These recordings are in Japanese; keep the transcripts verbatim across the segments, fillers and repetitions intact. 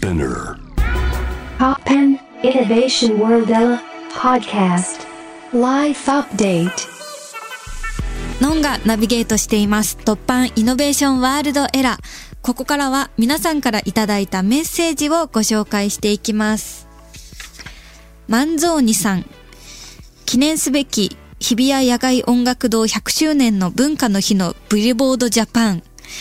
Spinner Poppen Innovation World Ella Podcast Life Update ノンがナビゲートしています突破イノベーションワールドエラー。ここからは皆さんからいただいたメッセージをご紹介していきます。マンゾーニさん、記念すべき日比谷野外音楽堂ひゃくしゅうねんの文化の日のビルボードジャパン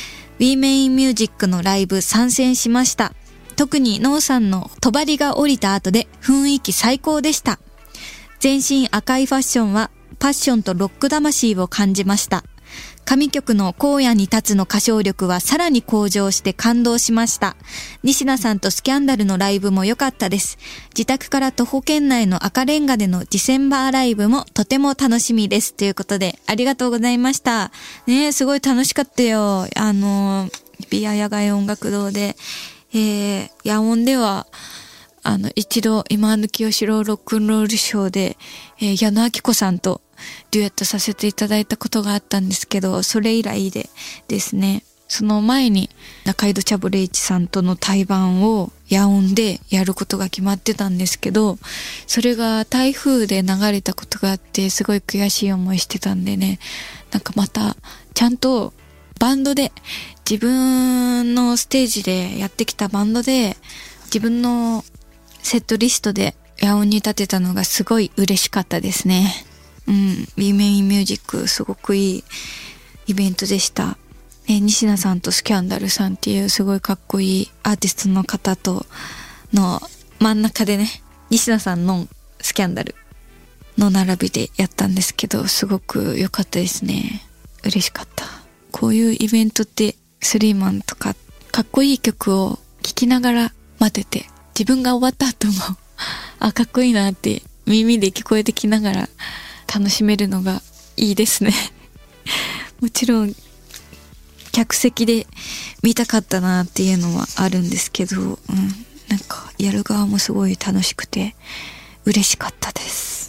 We Main Music のライブ参戦しました。特にノーさんの帳が降りた後で雰囲気最高でした。全身赤いファッションはパッションとロック魂を感じました。神曲の荒野に立つの歌唱力はさらに向上して感動しました。西名さんとスキャンダルのライブも良かったです。自宅から徒歩圏内の赤レンガでのディセンバーライブもとても楽しみです。ということでありがとうございました。ねえ、すごい楽しかったよ。あの、日比谷野外音楽堂で、えー、野音では、あの、一度今抜き吉郎ロックンロールショーで、えー、矢野明子さんとデュエットさせていただいたことがあったんですけど、それ以来でですね、その前に中井戸茶ブレイチさんとの対バンを野音でやることが決まってたんですけど、それが台風で流れたことがあってすごい悔しい思いしてたんでね、なんかまたちゃんとバンドで自分のステージでやってきたバンドで自分のセットリストで野音に立てたのがすごい嬉しかったですね。うん、We Main Music すごくいいイベントでした。え、西名さんとスキャンダルさんっていうすごいかっこいいアーティストの方との真ん中でね、西名さんのスキャンダルの並びでやったんですけど、すごく良かったですね。嬉しかった。こういうイベントってスリーマンとかかっこいい曲を聴きながら待てて、自分が終わった後もあ、かっこいいなって耳で聞こえてきながら楽しめるのがいいですねもちろん客席で見たかったなっていうのはあるんですけど、うん、なんかやる側もすごい楽しくて嬉しかったです。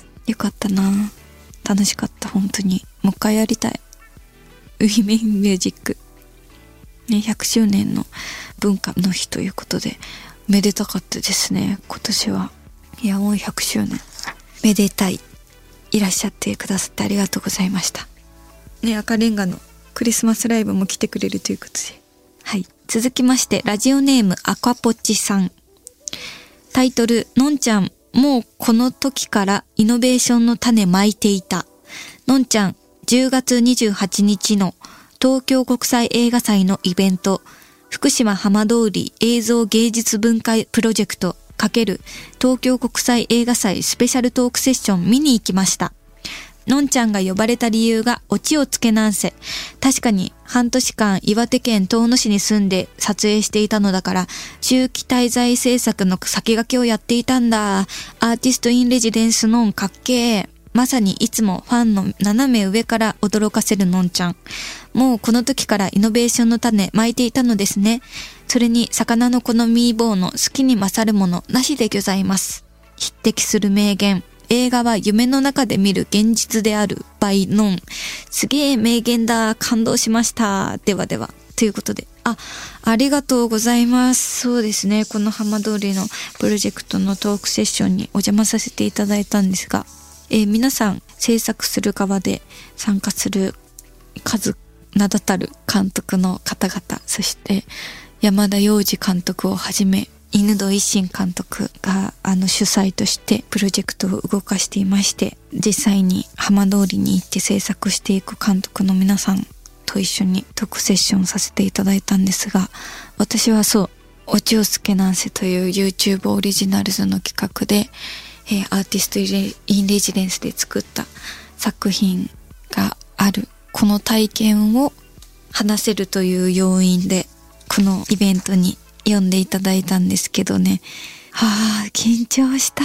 よかったな、楽しかった。本当にもう一回やりたい。We Main Music、ね、ひゃくしゅうねんの文化の日ということでめでたかったですね。今年は野音ひゃくしゅうねんめでたい。いらっしゃってくださってありがとうございましたね。赤レンガのクリスマスライブも来てくれるということで、はい。続きましてラジオネームアカポチさん、タイトル、のんちゃんもうこの時からイノベーションの種まいていた。のんちゃんじゅうがつにじゅうはちにちの東京国際映画祭のイベント、福島浜通り映像芸術文化プロジェクト×東京国際映画祭スペシャルトークセッション見に行きました。のんちゃんが呼ばれた理由がオチをつけなんせ。確かに半年間岩手県遠野市に住んで撮影していたのだから、中期滞在制作の先駆けをやっていたんだ。アーティストインレジデンスのんかっけー。まさにいつもファンの斜め上から驚かせるのんちゃん。もうこの時からイノベーションの種まいていたのですね。それに魚の好みーボーの好きに勝るものなしでございます。匹敵する名言。映画は夢の中で見る現実である by ノン。すげえ名言だ。感動しました。ではでは。ということで。あ、ありがとうございます。そうですね。この浜通りのプロジェクトのトークセッションにお邪魔させていただいたんですが、えー、皆さん制作する側で参加する数名だたる監督の方々、そして山田洋次監督をはじめ犬戸一心監督があの主催としてプロジェクトを動かしていまして、実際に浜通りに行って制作していく監督の皆さんと一緒にトークセッションさせていただいたんですが、私はそうオチをつけなんせという YouTube オリジナルズの企画で、えー、アーティストインレジデンスで作った作品があるこの体験を話せるという要因でこのイベントに呼んでいただいたんですけどね、はあ緊張した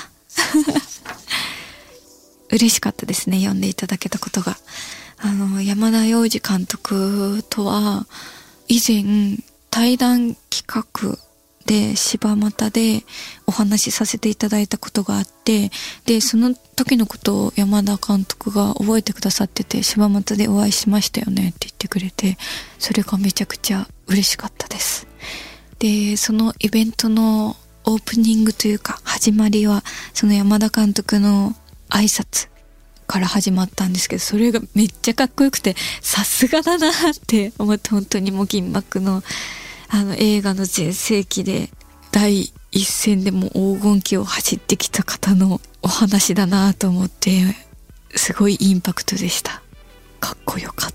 嬉しかったですね、呼んでいただけたことが。あの山田洋次監督とは以前対談企画で柴又でお話しさせていただいたことがあって、でその時のことを山田監督が覚えてくださってて、柴又でお会いしましたよねって言ってくれて、それがめちゃくちゃ嬉しかったです。 でそのイベントのオープニングというか始まりはその山田監督の挨拶から始まったんですけど、それがめっちゃかっこよくて、さすがだなって思って、本当にもう銀幕のあの映画の全盛期で第一線でも黄金期を走ってきた方のお話だなと思って、すごいインパクトでした。かっこよかった。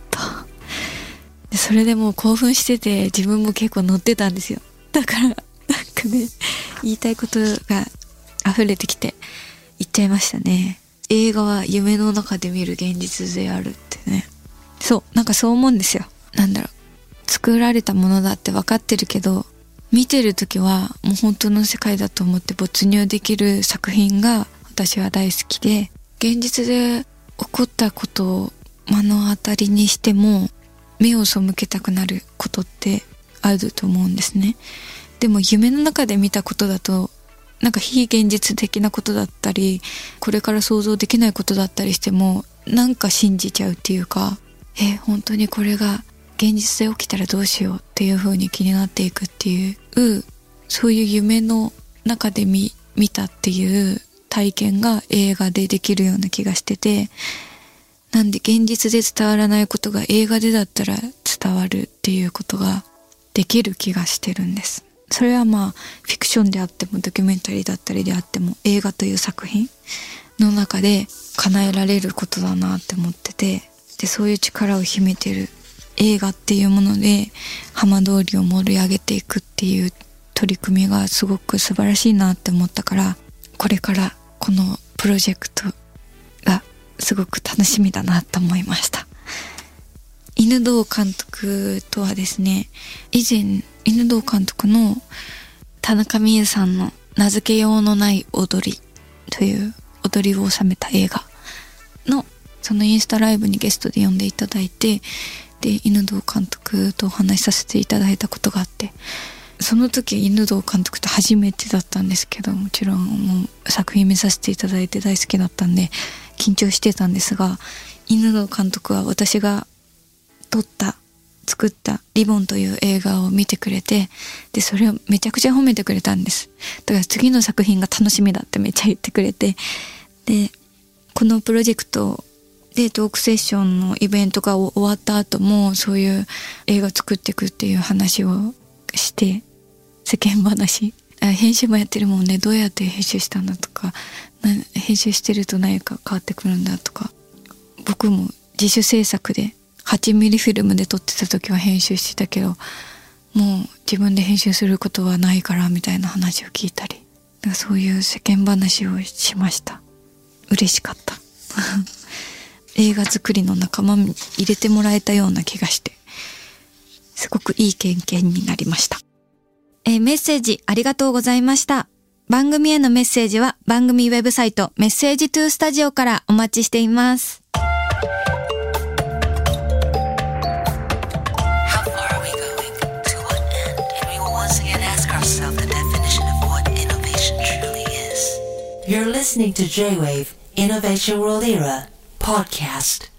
でそれでもう興奮してて、自分も結構乗ってたんですよ。だからなんかね、言いたいことが溢れてきて言っちゃいましたね。映画は夢の中で見る現実であるってね。そう、なんかそう思うんですよ。なんだろう、作られたものだって分かってるけど、見てる時はもう本当の世界だと思って没入できる作品が私は大好きで、現実で起こったことを目の当たりにしても目を背けたくなることってあると思うんですね。でも夢の中で見たことだとなんか非現実的なことだったり、これから想像できないことだったりしてもなんか信じちゃうっていうか、え本当にこれが現実で起きたらどうしようっていう風に気になっていくっていう、そういう夢の中で 見, 見たっていう体験が映画でできるような気がしてて、なんで現実で伝わらないことが映画でだったら伝わるっていうことができる気がしてるんです。それはまあフィクションであってもドキュメンタリーだったりであっても、映画という作品の中で叶えられることだなって思ってて、でそういう力を秘めてる映画っていうもので浜通りを盛り上げていくっていう取り組みがすごく素晴らしいなって思ったから、これからこのプロジェクトがすごく楽しみだなと思いました。犬堂監督とはですね、以前犬堂監督の田中美優さんの名付けようのない踊りという踊りを収めた映画のそのインスタライブにゲストで呼んでいただいて、で犬堂監督とお話しさせていただいたことがあって、その時犬堂監督と初めてだったんですけど、もちろんもう作品見させていただいて大好きだったんで緊張してたんですが、犬堂監督は私が撮った作ったリボンという映画を見てくれて、でそれをめちゃくちゃ褒めてくれたんです。だから次の作品が楽しみだってめっちゃ言ってくれて、でこのプロジェクトでトークセッションのイベントが終わった後もそういう映画作っていくっていう話をして、世間話、編集もやってるもんね、どうやって編集したんだとか、編集してると何か変わってくるんだとか、僕も自主制作ではちミリフィルムで撮ってた時は編集してたけど、もう自分で編集することはないからみたいな話を聞いたり、だからそういう世間話をしました。嬉しかった映画作りの仲間に入れてもらえたような気がして、すごくいい経験になりました。えー、メッセージありがとうございました。番組へのメッセージは番組ウェブサイトメッセージトゥースタジオからお待ちしています。 You're listening to J-Wave Innovation World Era podcast.